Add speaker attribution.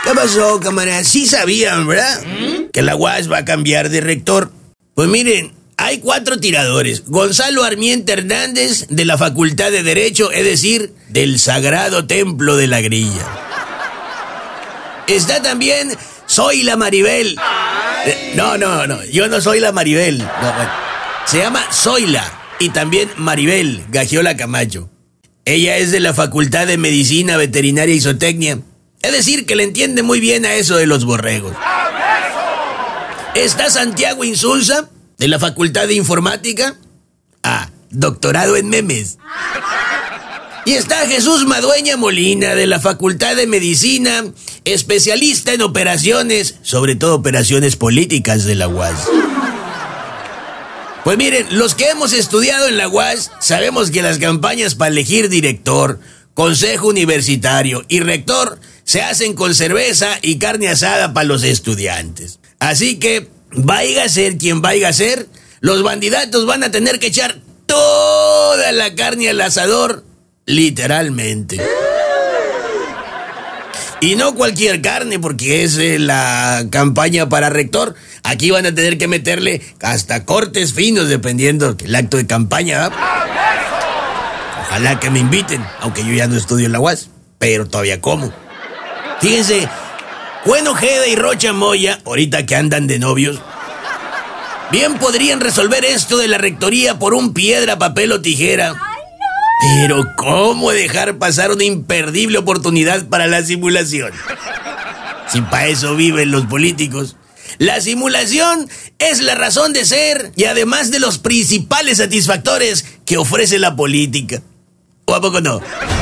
Speaker 1: ¿Qué pasó, camarada? Sí sabían, ¿verdad? Que la UAS va a cambiar de rector. Pues miren, hay 4 tiradores. Gonzalo Armiente Hernández, de la Facultad de Derecho, es decir, del Sagrado Templo de la Grilla. Está también Zoila Maribel. No, yo no soy la Maribel. No, bueno. Se llama Zoila y también Maribel Gagiola Camacho. Ella es de la Facultad de Medicina, Veterinaria y Zootecnia. Es decir, que le entiende muy bien a eso de los borregos. Está Santiago Insulza, de la Facultad de Informática. Doctorado en memes. Y está Jesús Madueña Molina, de la Facultad de Medicina, especialista en operaciones, sobre todo operaciones políticas de la UAS. Pues miren, los que hemos estudiado en la UAS sabemos que las campañas para elegir director, consejo universitario y rector se hacen con cerveza y carne asada para los estudiantes. Así que, vaya a ser quien vaya a ser, los candidatos van a tener que echar toda la carne al asador, literalmente. Y no cualquier carne, porque es la campaña para rector. Aquí van a tener que meterle hasta cortes finos, dependiendo del acto de campaña, ¿verdad? Ojalá que me inviten, aunque yo ya no estudio en la UAS, pero todavía como. Fíjense, Juan Ojeda y Rocha Moya, ahorita que andan de novios, bien podrían resolver esto de la rectoría por un piedra, papel o tijera. Pero ¿cómo dejar pasar una imperdible oportunidad para la simulación? Si para eso viven los políticos. La simulación es la razón de ser y además de los principales satisfactores que ofrece la política. ¿O a poco no?